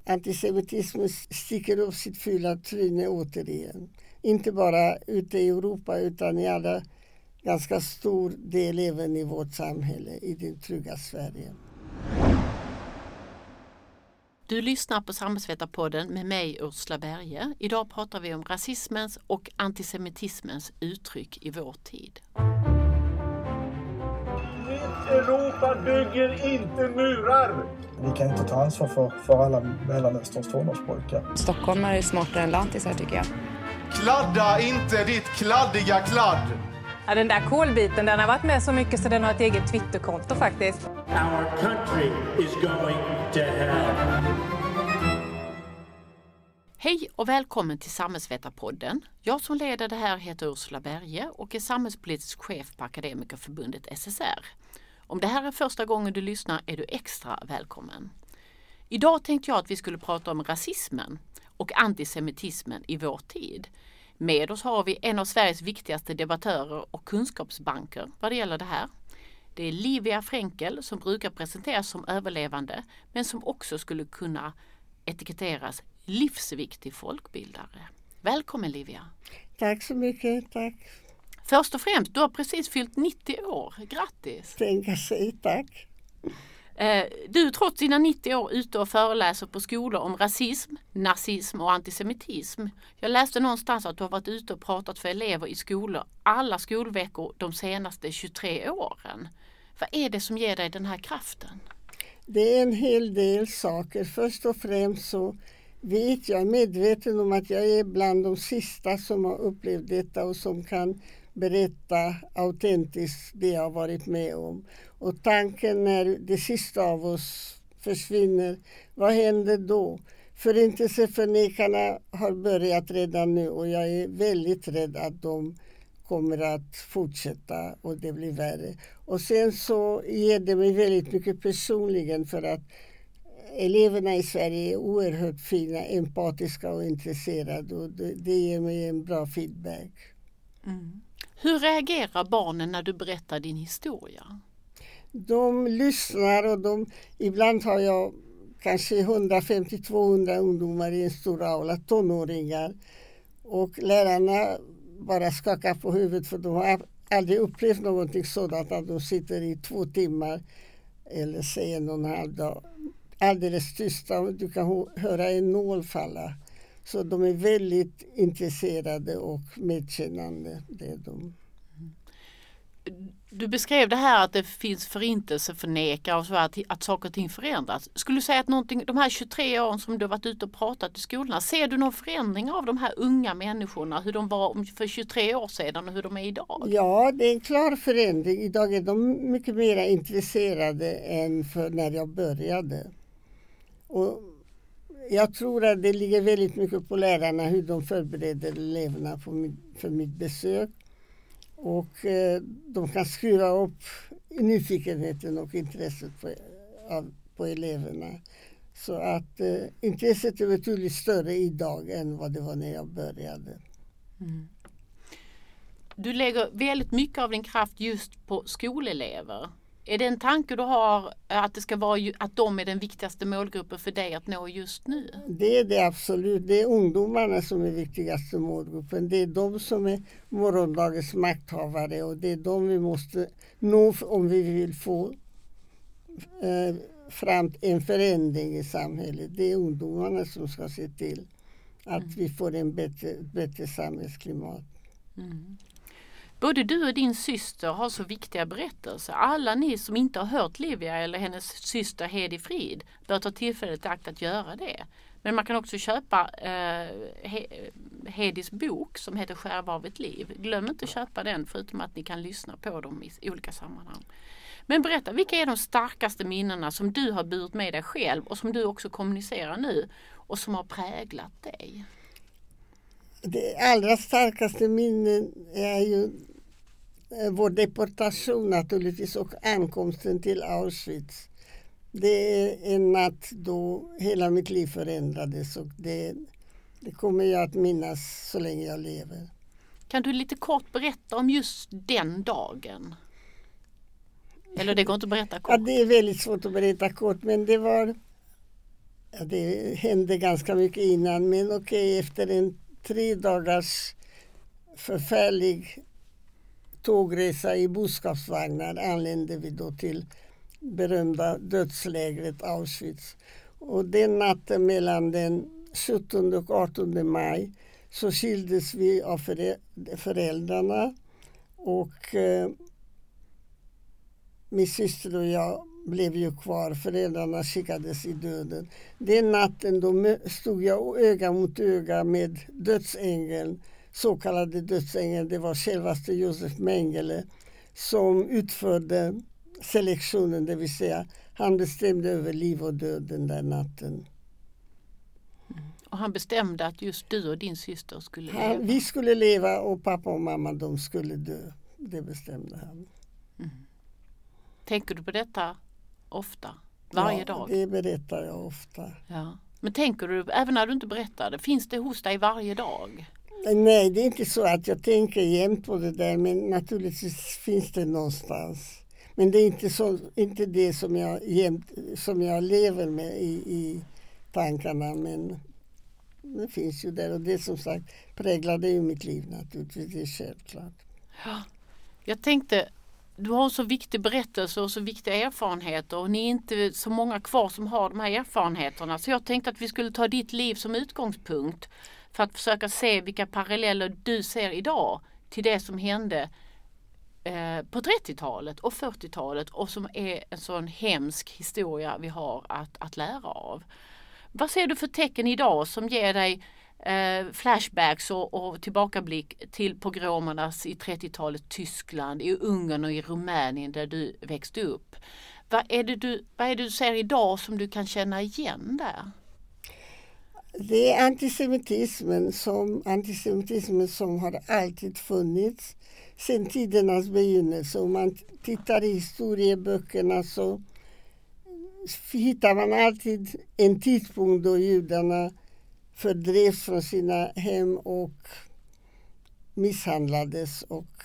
antisemitismen sticker upp sitt fula tryne återigen. Inte bara ute i Europa utan i alla ganska stor del även i vårt samhälle, i det trygga Sverige. Du lyssnar på Samhällsvetarpodden med mig Ursula Berge. Idag pratar vi om rasismens och antisemitismens uttryck i vår tid. Mitt Europa bygger inte murar! Vi kan inte ta ansvar för alla Mellanösterns tonårspojkar. Stockholm är smartare än lantisar tycker jag. Kladda inte ditt kladdiga kladd! Ja, den där kolbiten, den har varit med så mycket så den har ett eget Twitterkonto faktiskt. Our country is going to hell. Hej och välkommen till Samhällsvetarpodden. Jag som leder det här heter Ursula Berge och är samhällspolitisk chef på Akademikerförbundet SSR. Om det här är första gången du lyssnar är du extra välkommen. Idag tänkte jag att vi skulle prata om rasismen och antisemitismen i vår tid. Med oss har vi en av Sveriges viktigaste debattörer och kunskapsbanker vad det gäller det här. Det är Livia Fränkel som brukar presenteras som överlevande men som också skulle kunna etiketteras livsviktig folkbildare. Välkommen Livia. Tack så mycket, tack. Först och främst, du har precis fyllt 90 år. Grattis! Tänka sig, tack. Du är trots dina 90 år ute och föreläser på skolor om rasism, nazism och antisemitism. Jag läste någonstans att du har varit ute och pratat för elever i skolor alla skolveckor de senaste 23 åren. Vad är det som ger dig den här kraften? Det är en hel del saker. Först och främst så vet jag, medveten om att jag är bland de sista som har upplevt detta och som kan berätta autentiskt det jag har varit med om. Och tanken när det sista av oss försvinner, vad händer då? Förintelseförnekarna har börjat redan nu och jag är väldigt rädd att de kommer att fortsätta och det blir värre. Och sen så ger det mig väldigt mycket personligen för att eleverna i Sverige är oerhört fina, empatiska och intresserade och det ger mig en bra feedback. Mm. Hur reagerar barnen när du berättar din historia? De lyssnar och ibland har jag kanske 150-200 ungdomar i en stor aula, tonåringar. Och lärarna bara skakar på huvudet för de har aldrig upplevt någonting sådant att de sitter i 2 timmar eller säger 1,5 dag. Alldeles tysta och du kan höra en nål falla. Så de är väldigt intresserade och medkännande. Det är de. Du beskrev det här att det finns förintelseförnekare och så att saker och ting förändras. Skulle du säga att de här 23 åren som du har varit ute och pratat i skolorna, ser du någon förändring av de här unga människorna, hur de var för 23 år sedan och hur de är idag? Ja, det är en klar förändring. Idag är de mycket mer intresserade än för när jag började. Och jag tror att det ligger väldigt mycket på lärarna hur de förbereder eleverna för mitt besök. Och de kan skruva upp nyfikenheten och intresset på eleverna. Så att intresset är betydligt större idag än vad det var när jag började. Mm. Du lägger väldigt mycket av din kraft just på skolelever. Är det en tanke du har att det ska vara att de är den viktigaste målgruppen för dig att nå just nu? Det är det absolut. Det är ungdomarna som är viktigaste målgruppen. Det är de som är morgondagens makthavare och det är de vi måste nå om vi vill få fram en förändring i samhället. Det är ungdomarna som ska se till att vi får en bättre samhällsklimat. Mm. Både du och din syster har så viktiga berättelser. Alla ni som inte har hört Livia eller hennes syster Hedi Frid bör ta tillfället i akt att göra det. Men man kan också köpa Hedis bok som heter Skärva av ett liv. Glöm inte att köpa den förutom att ni kan lyssna på dem i olika sammanhang. Men berätta, vilka är de starkaste minnena som du har burit med dig själv och som du också kommunicerar nu och som har präglat dig? Det allra starkaste minnen är ju vår deportation naturligtvis och ankomsten till Auschwitz. Det är en natt då hela mitt liv förändrades och det kommer jag att minnas så länge jag lever. Kan du lite kort berätta om just den dagen? Eller det går inte att berätta kort? Ja, det är väldigt svårt att berätta kort, men det var Det hände ganska mycket innan, men efter en 3 dagars förfärlig tågresa i boskapsvagnar anlände vi då till berömda dödslägret Auschwitz. Och den natten mellan den 17 och 18 maj så skildes vi av föräldrarna, och min syster och jag blev ju kvar. Föräldrarna skickades i döden. Den natten då stod jag öga mot öga med dödsängeln, så kallade dödsängeln. Det var självaste Josef Mengele som utförde selektionen, det vill säga han bestämde över liv och död den där natten. Och han bestämde att just du och din syster skulle leva? Vi skulle leva och pappa och mamma de skulle dö. Det bestämde han. Mm. Tänker du på detta ofta? Varje dag? Ja, det berättar jag ofta. Ja. Men tänker du, även när du inte berättar det, finns det hos dig varje dag? Nej, det är inte så att jag tänker jämt på det där, men naturligtvis finns det någonstans. Men det är inte det som jag lever med i tankarna, men det finns ju där, och det som sagt präglade ju mitt liv naturligtvis, det är självklart. Ja. Jag tänkte, du har så viktig berättelse och så viktiga erfarenheter, och ni är inte så många kvar som har de här erfarenheterna, så jag tänkte att vi skulle ta ditt liv som utgångspunkt för att försöka se vilka paralleller du ser idag till det som hände på 30-talet och 40-talet, och som är en sån hemsk historia vi har att lära av. Vad ser du för tecken idag som ger dig flashbacks och tillbakablick till pogromernas i 30-talet Tyskland, i Ungern och i Rumänien där du växte upp? Vad är det du ser idag som du kan känna igen där? Det är antisemitismen som har alltid funnits sedan tidernas begynnelse. Om man tittar i historieböckerna så hittar man alltid en tidpunkt då judarna fördrevs från sina hem och misshandlades.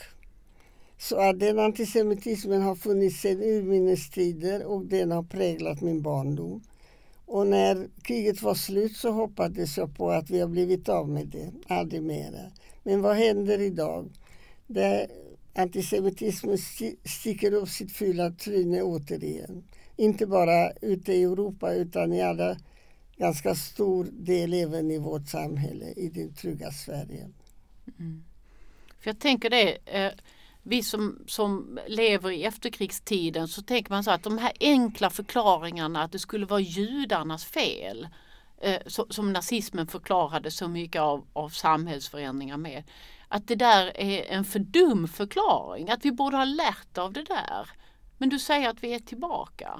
Så att den antisemitismen har funnits sedan urminnes tider, och den har präglat min barndom. Och när kriget var slut så hoppades jag på att vi har blivit av med det, aldrig mera. Men vad händer idag? Där antisemitismen sticker upp sitt fula tryne återigen. Inte bara ute i Europa utan i alla ganska stor del även i vårt samhälle, i det trygga Sverige. Mm. För jag tänker det, vi som lever i efterkrigstiden, så tänker man så att de här enkla förklaringarna att det skulle vara judarnas fel, som nazismen förklarade så mycket av samhällsförändringar med, att det där är en för dum förklaring, att vi borde ha lärt av det där. Men du säger att vi är tillbaka.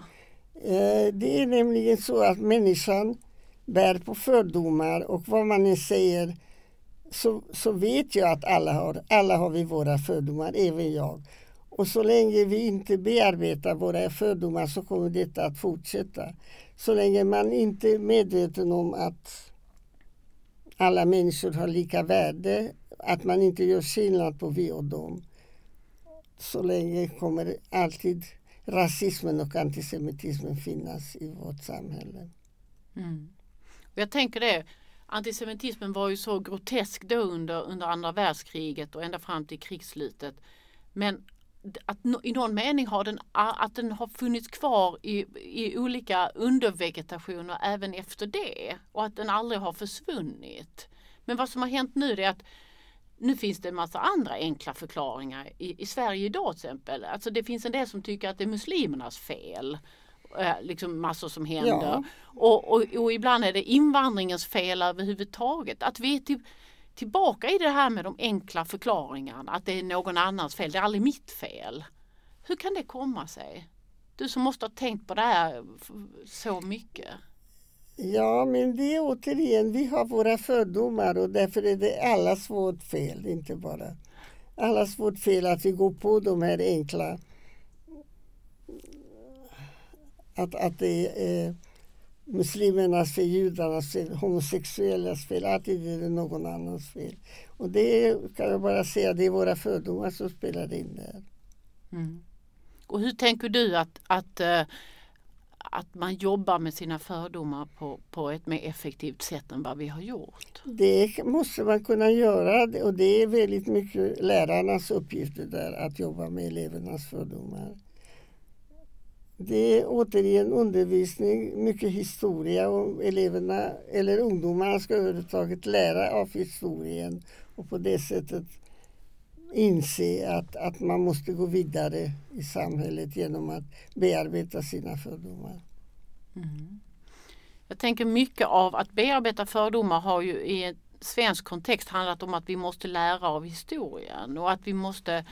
Det är nämligen så att människan bär på fördomar, och vad man än säger så vet jag att alla har vi våra fördomar, även jag. Och så länge vi inte bearbetar våra fördomar så kommer detta att fortsätta. Så länge man inte är medveten om att alla människor har lika värde, att man inte gör skillnad på vi och dem, så länge kommer alltid rasismen och antisemitismen finnas i vårt samhälle. Mm. Jag tänker det, antisemitismen var ju så grotesk då under andra världskriget och ända fram till krigsslutet. Men att i någon mening att den har funnits kvar i olika undervegetationer även efter det, och att den aldrig har försvunnit. Men vad som har hänt nu är att nu finns det en massa andra enkla förklaringar i Sverige idag till exempel. Alltså det finns en del som tycker att det är muslimernas fel. Liksom massor som händer. Ja. Och ibland är det invandringens fel överhuvudtaget. Att vi är tillbaka i det här med de enkla förklaringarna. Att det är någon annans fel. Det är aldrig mitt fel. Hur kan det komma sig? Du som måste ha tänkt på det här så mycket. Ja, men det är återigen, vi har våra fördomar, och därför är det allas vårt fel, inte bara allas vårt fel att vi går på de här enkla, att det är muslimernas fel, judarnas fel, homosexuellas fel, alltid är det någon annans fel. Och det kan jag bara säga, det är våra fördomar som spelar in där. Mm. Och hur tänker du att man jobbar med sina fördomar på ett mer effektivt sätt än vad vi har gjort? Det måste man kunna göra och det är väldigt mycket lärarnas uppgifter där att jobba med elevernas fördomar. Det är återigen undervisning, mycket historia och eleverna eller ungdomarna ska överhuvudtaget lära av historien och på det sättet inse att man måste gå vidare i samhället genom att bearbeta sina fördomar. Mm. Jag tänker mycket av att bearbeta fördomar har ju i en svensk kontext handlat om att vi måste lära av historien och att vi måste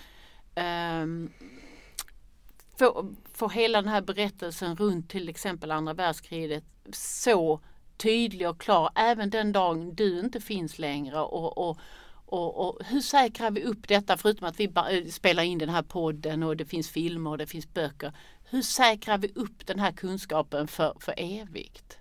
få hela den här berättelsen runt till exempel andra världskriget så tydlig och klar även den dagen du inte finns längre och hur säkrar vi upp detta förutom att vi spelar in den här podden och det finns filmer och det finns böcker. Hur säkrar vi upp den här kunskapen för evigt?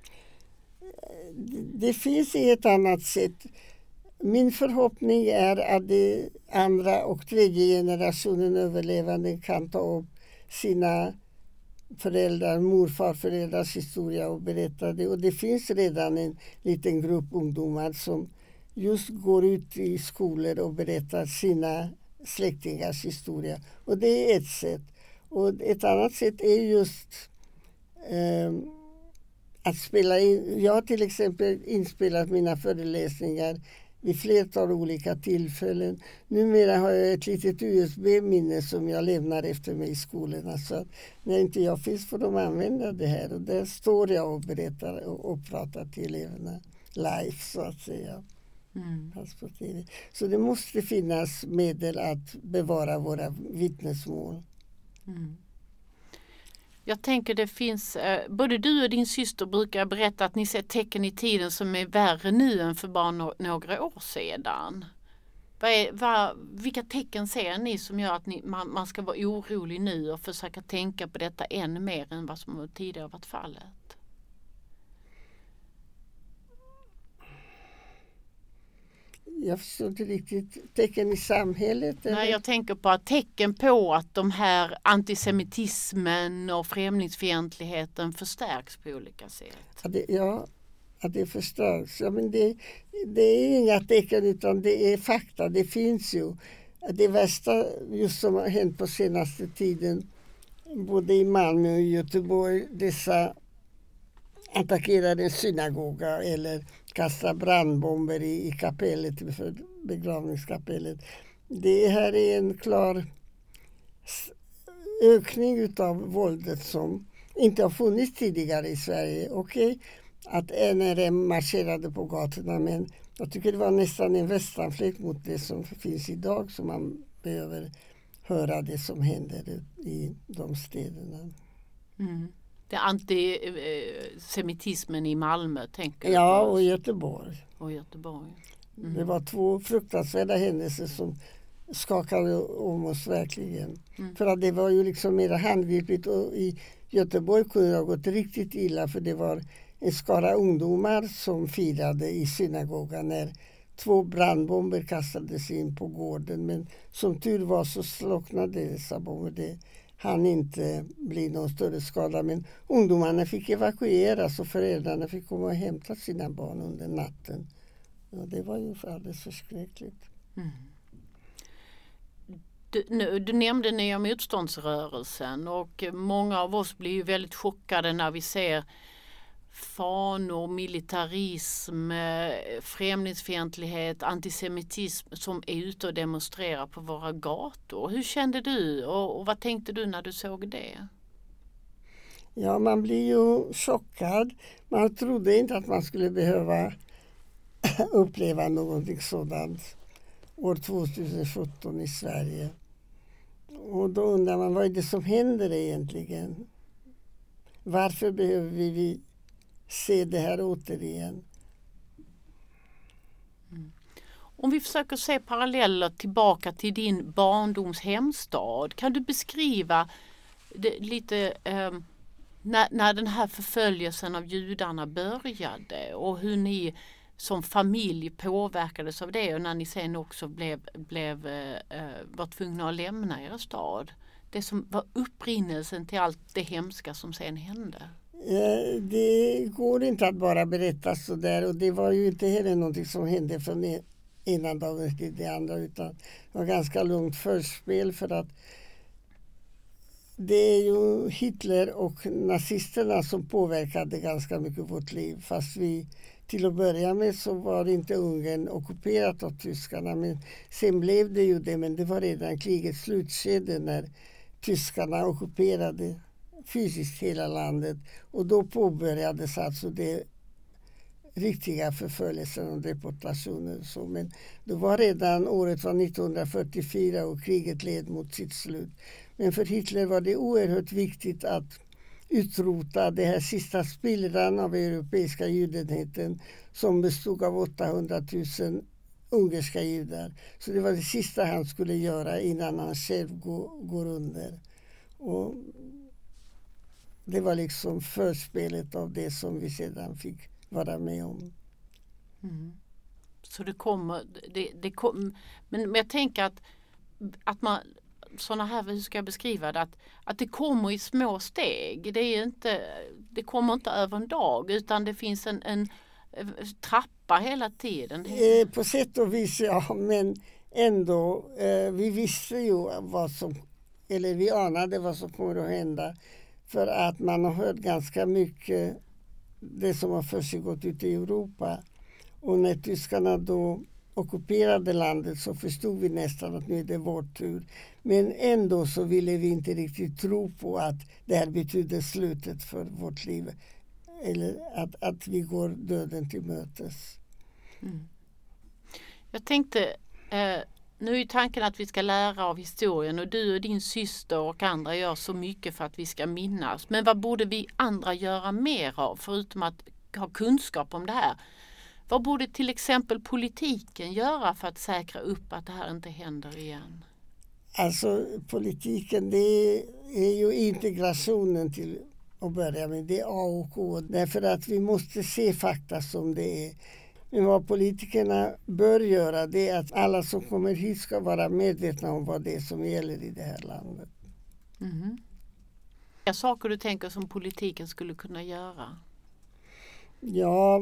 Det finns ett annat sätt. Min förhoppning är att det andra och tredje generationen överlevande kan ta upp sina morfarföräldrars historia och berätta det. Och det finns redan en liten grupp ungdomar som just går ut i skolor och berättar sina släktingars historia. Och det är ett sätt. Och ett annat sätt är just att spela in. Jag har till exempel inspelat mina föreläsningar vid flertal olika tillfällen. Numera har jag ett litet USB-minne som jag lämnar efter mig i skolorna. Så att när inte jag finns får de använda det här. Och där står jag och berättar och pratar till eleverna live så att säga. Så det måste finnas medel att bevara våra vittnesmål. Mm. Jag tänker det finns, både du och din syster brukar berätta att ni ser tecken i tiden som är värre nu än för bara några år sedan. Vilka tecken ser ni som gör att man ska vara orolig nu och försöka tänka på detta än mer än vad som tidigare varit fallet? Jag förstår inte riktigt tecken i samhället. Eller? Nej, jag tänker på att tecken på att de här antisemitismen och främlingsfientligheten förstärks på olika sätt. Att det förstärks. Ja, men det är inga tecken utan det är fakta. Det finns ju. Det värsta just som har hänt på senaste tiden både i Malmö och Göteborg, dessa attackerade en synagoga eller kasta brandbomber i kapellet, för begravningskapellet. Det här är en klar ökning utav våldet som inte har funnits tidigare i Sverige. Okej, att NRM marscherade på gatorna, men jag tycker det var nästan en västanfläkt mot det som finns idag, som man behöver höra det som händer i de städerna. Mm. Det är antisemitismen i Malmö, tänker jag. Ja, och Göteborg. Mm. Det var 2 fruktansvärda händelser som skakade om oss verkligen. Mm. För att det var ju liksom mer handgripligt och i Göteborg kunde det ha gått riktigt illa för det var en skara ungdomar som firade i synagogan när 2 brandbomber kastades in på gården. Men som tur var så slocknade dessa bomber. Det hann inte bli någon större skada, men ungdomarna fick evakueras och föräldrarna fick komma och hämta sina barn under natten. Ja, det var ju alldeles förskräckligt. Mm. Du nämnde Nya motståndsrörelsen och många av oss blir ju väldigt chockade när vi ser fanor, militarism, främlingsfientlighet, antisemitism som är ute och demonstrerar på våra gator. Hur kände du och vad tänkte du när du såg det? Ja, man blir ju chockad. Man trodde inte att man skulle behöva uppleva någonting sådant år 2017 i Sverige. Och då undrar man, vad är det som händer egentligen? Varför behöver vi se det här återigen? Mm. Om vi försöker se paralleller tillbaka till din barndoms hemstad, kan du beskriva det lite när den här förföljelsen av judarna började och hur ni som familj påverkades av det och när ni sen också var tvungna att lämna er stad? det som var upprinnelsen till allt det hemska som sen hände? Det går inte att bara berätta så där, och det var ju inte heller någonting som hände från ena dagen till det andra, utan det var ganska långt förspel, för att det är ju Hitler och nazisterna som påverkade ganska mycket vårt liv. Fast vi till att börja med så var inte Ungern ockuperat av tyskarna, men sen blev det ju det, men det var redan krigets slutskede när tyskarna ockuperade fysiskt hela landet, och då påbörjades alltså det riktiga förföljelsen och deportationer. Så, men det var redan året var 1944 och kriget led mot sitt slut. Men för Hitler var det oerhört viktigt att utrota det här sista spillran av europeiska judenheten som bestod av 800 000 ungerska judar. Så det var det sista han skulle göra innan han själv går under. Och det var liksom förspelet av det som vi sedan fick vara med om. Mm. Så det kommer, men jag tänker att man, såna här, hur ska jag beskriva det, att det kommer i små steg. Det kommer inte över en dag, utan det finns en trappa hela tiden. På sätt och vis, ja, men ändå, vi visste ju vi anade vad som kommer att hända, för att man har hört ganska mycket det som har försiggått ute i Europa. Och när tyskarna då ockuperade landet så förstod vi nästan att nu är det vår tur. Men ändå så ville vi inte riktigt tro på att det här betyder slutet för vårt liv. Eller att vi går döden till mötes. Mm. Jag tänkte, nu är tanken att vi ska lära av historien, och du och din syster och andra gör så mycket för att vi ska minnas. Men vad borde vi andra göra mer av, förutom att ha kunskap om det här? Vad borde till exempel politiken göra för att säkra upp att det här inte händer igen? Alltså politiken, det är ju integrationen till att börja med. Det är A och O. Därför att vi måste se fakta som det är. Men vad politikerna bör göra, det är att alla som kommer hit ska vara medvetna om vad det är som gäller i det här landet. Mm. Vilka saker du tänker som politiken skulle kunna göra? Ja,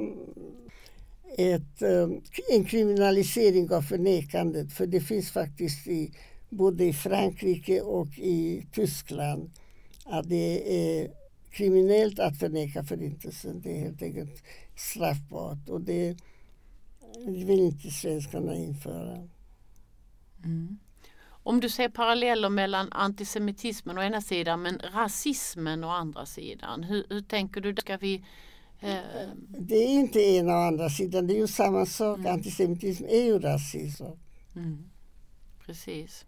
en kriminalisering av förnekandet. För det finns faktiskt både i Frankrike och i Tyskland att det är kriminellt att förneka förintelsen. Det är helt enkelt straffbart, och det vill inte svenskarna införa. Mm. Om du ser paralleller mellan antisemitismen å ena sidan men rasismen å andra sidan, hur tänker du? Ska vi... Det är inte ena och andra sidan, det är ju samma sak. Antisemitism är ju rasism. Precis.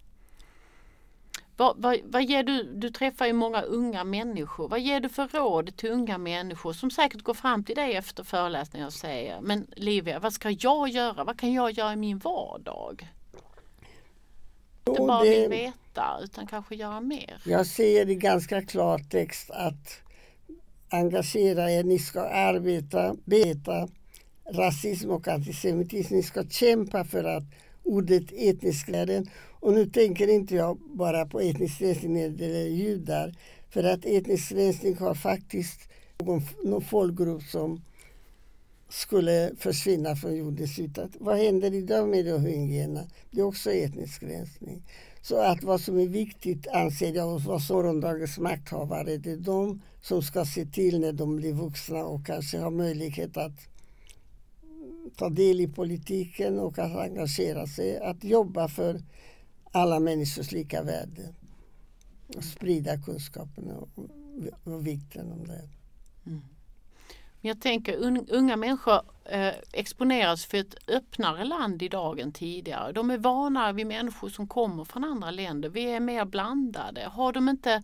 Vad ger du träffar ju många unga människor. Vad ger du för råd till unga människor som säkert går fram till dig efter föreläsningar och säger, men Livia, vad ska jag göra? Vad kan jag göra i min vardag? Inte bara vill veta, utan kanske göra mer. Jag säger i ganska klar text att engagera er, ni ska arbeta, rasism och antisemitism. Ni ska kämpa för att ordet etnisk rensning, och nu tänker inte jag bara på etnisk rensning när det gäller judar, för att etnisk rensning har faktiskt någon folkgrupp som skulle försvinna från jordens yta. Vad händer idag med rohingyerna? Det är också etnisk rensning. Så att vad som är viktigt, anser jag, och vad som morgondagens makthavare, det är de som ska se till när de blir vuxna och kanske har möjlighet att ta del i politiken och att engagera sig, att jobba för alla människors lika värde och sprida kunskapen och vikten om det. Mm. Jag tänker unga människor exponeras för ett öppnare land idag än tidigare. De är vana vid människor som kommer från andra länder. Vi är mer blandade. Har de inte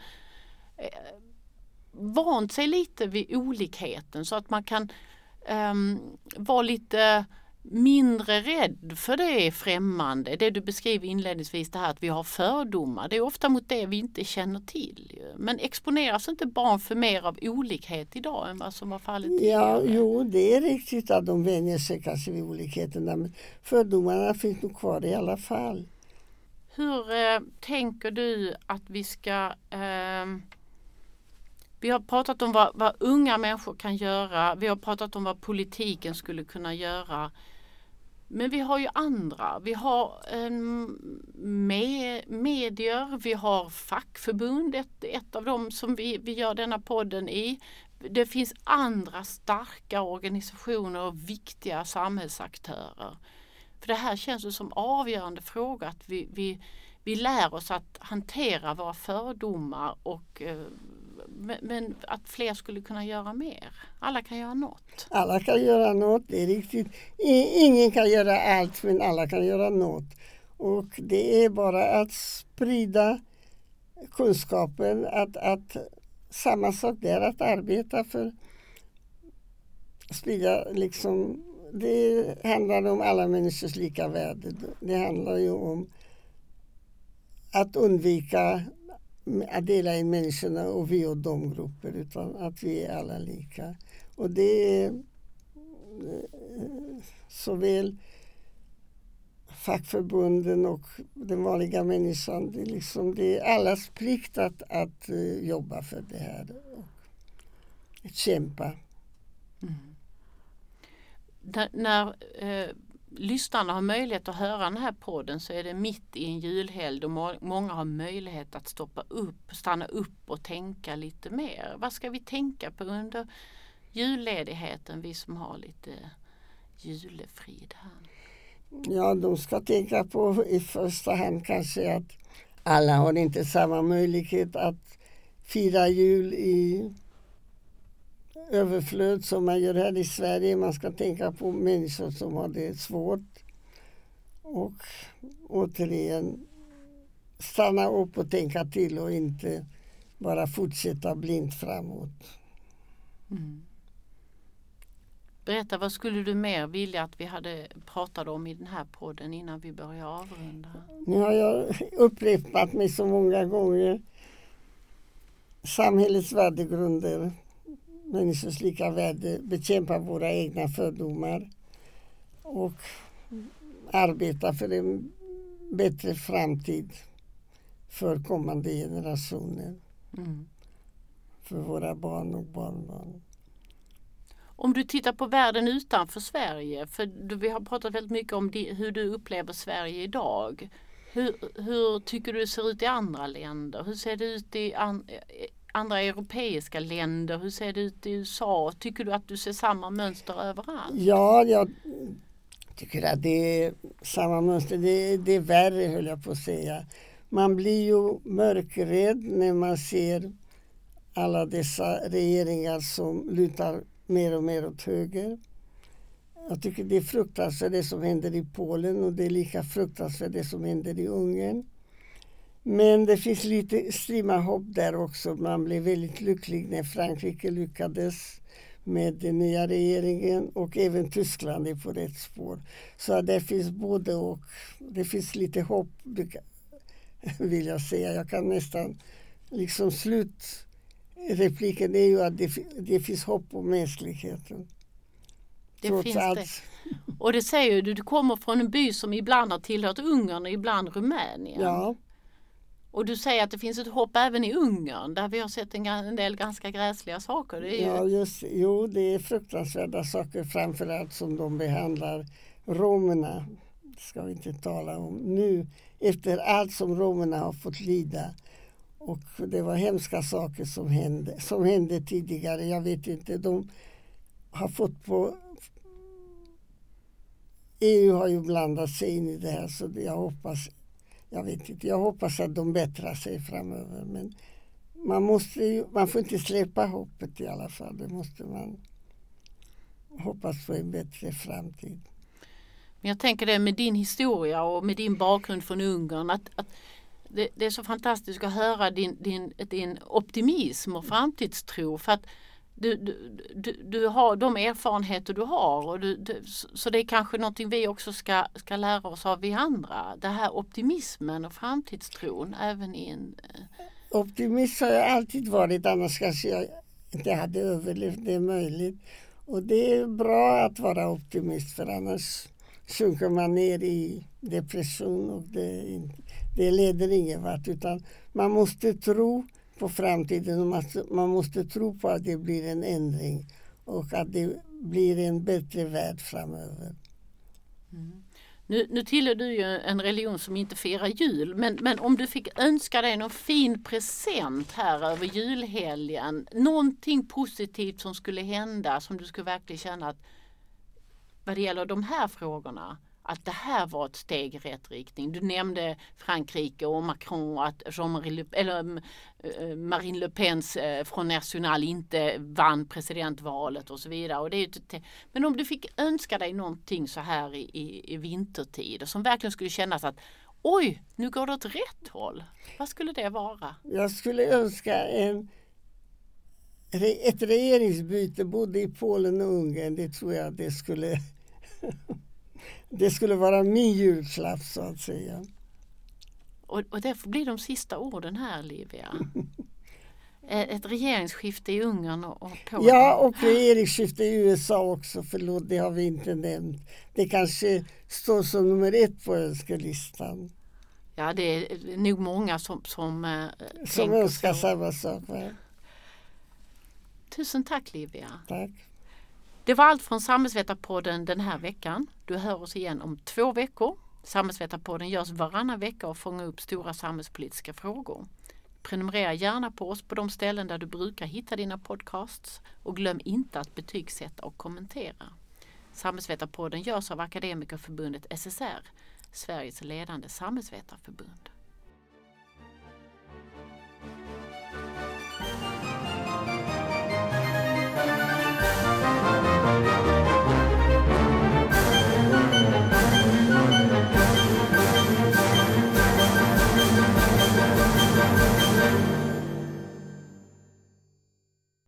vant sig lite vid olikheten så att man kan vara lite mindre rädd för det främmande? Det du beskriver inledningsvis, det här att vi har fördomar, det är ofta mot det vi inte känner till. Men exponeras inte barn för mer av olikhet idag än vad som var fallet tidigare? Ja, jo, det är riktigt att de vänjer sig kanske vid olikheterna, men fördomarna finns nog kvar i alla fall. Hur tänker du att vi ska... vi har pratat om vad unga människor kan göra. Vi har pratat om vad politiken skulle kunna göra. Men vi har ju andra. Vi har medier, vi har fackförbund, ett av dem som vi gör denna podden i. Det finns andra starka organisationer och viktiga samhällsaktörer. För det här känns ju som avgörande fråga att vi lär oss att hantera våra fördomar och men att fler skulle kunna göra mer. Alla kan göra något. Alla kan göra något, det är riktigt. Ingen kan göra allt, men alla kan göra något. Och det är bara att sprida kunskapen, att samma sak där, att arbeta för att sprida liksom, det handlar om alla människors lika värde. Det handlar ju om att undvika att dela in människorna och vi och de grupper, utan att vi är alla lika. Och det är såväl fackförbunden och den vanliga människan, det är allas plikt att jobba för det här och att kämpa. När lyssnarna har möjlighet att höra den här podden så är det mitt i en julhelg och många har möjlighet att stanna upp och tänka lite mer. Vad ska vi tänka på under julledigheten, vi som har lite julefrid här? Ja, de ska tänka på i första hand kanske att alla har inte samma möjlighet att fira jul i överflöd som man gör här i Sverige. Man ska tänka på människor som har det svårt. Och återigen stanna upp och tänka till och inte bara fortsätta blint framåt. Berätta, vad skulle du mer vilja att vi hade pratat om i den här podden innan vi börjar avrunda? Nu har jag upprepat mig så många gånger. Samhällets värdegrunder, människors lika värde, bekämpa våra egna fördomar och arbeta för en bättre framtid för kommande generationer. För våra barn och barnbarn. Om du tittar på världen utanför Sverige, för vi har pratat väldigt mycket om hur du upplever Sverige idag. Hur tycker du det ser ut i andra länder? Hur ser det ut i andra europeiska länder? Hur ser det ut i USA? Tycker du att du ser samma mönster överallt? Ja, jag tycker att det är samma mönster. Det är värre, höll jag på att säga. Man blir ju mörkrädd när man ser alla dessa regeringar som lutar mer och mer åt höger. Jag tycker det är fruktansvärt det som händer i Polen och det är lika fruktansvärt det som händer i Ungern. Men det finns lite strimma hopp där också. Man blev väldigt lycklig när Frankrike lyckades med den nya regeringen och även Tyskland är på rätt spår. Så det finns både och. Det finns lite hopp, vill jag säga. Jag kan nästan liksom repliken är ju att det finns hopp om mänskligheten. Det finns allt. Det. Och det säger du kommer från en by som ibland har tillhört Ungern och ibland Rumänien. Ja. Och du säger att det finns ett hopp även i Ungern där vi har sett en del ganska gräsliga saker. Det är ju... det är fruktansvärda saker, framförallt som de behandlar romerna. Det ska vi inte tala om nu, efter allt som romerna har fått lida. Och det var hemska saker som hände tidigare. Jag vet inte, de har fått på... EU har ju blandat sig in i det här, så jag hoppas att de bättrar sig framöver. Men man får inte släppa hoppet i alla fall. Det måste man hoppas på en bättre framtid. Men jag tänker det med din historia och med din bakgrund från Ungern att det är så fantastiskt att höra din optimism och framtidstro, för att du har de erfarenheter du har och så det är kanske någonting vi också ska lära oss av vi andra. Det här optimismen och framtidstron även i en... Optimist har jag alltid varit, annars kanske jag inte hade överlevt, det är möjligt. Och det är bra att vara optimist, för annars sjunker man ner i depression och det leder ingen vart, utan man måste tro på framtiden och man måste tro på att det blir en ändring och att det blir en bättre värld framöver. Nu tillhör du ju en religion som inte firar jul, men om du fick önska dig någon fin present här över julhelgen, någonting positivt som skulle hända, som du skulle verkligen känna att vad det gäller de här frågorna, att det här var ett steg i rätt riktning. Du nämnde Frankrike och Macron, att Marine Le Pens Front National inte vann presidentvalet och så vidare. Och det är ju men om du fick önska dig någonting så här i vintertid och som verkligen skulle kännas att oj, nu går det åt rätt håll. Vad skulle det vara? Jag skulle önska ett regeringsbyte både i Polen och Ungern. Det tror jag det skulle det skulle vara min julklapp, så att säga. Och det får bli de sista orden här, Livia. Ett regeringsskifte i Ungern och Polen. Ja, och regeringsskifte i USA också. Förlåt, det har vi inte nämnt. Det kanske står som nummer 1 på önskelistan. Ja, det är nog många som önskar samma sak. Tusen tack, Livia. Tack. Det var allt från Samhällsvetarpodden den här veckan. Du hör oss igen om 2 veckor. Samhällsvetarpodden görs varannan vecka och fångar upp stora samhällspolitiska frågor. Prenumerera gärna på oss på de ställen där du brukar hitta dina podcasts och glöm inte att betygsätta och kommentera. Samhällsvetarpodden görs av Akademikerförbundet SSR, Sveriges ledande samhällsvetarförbund.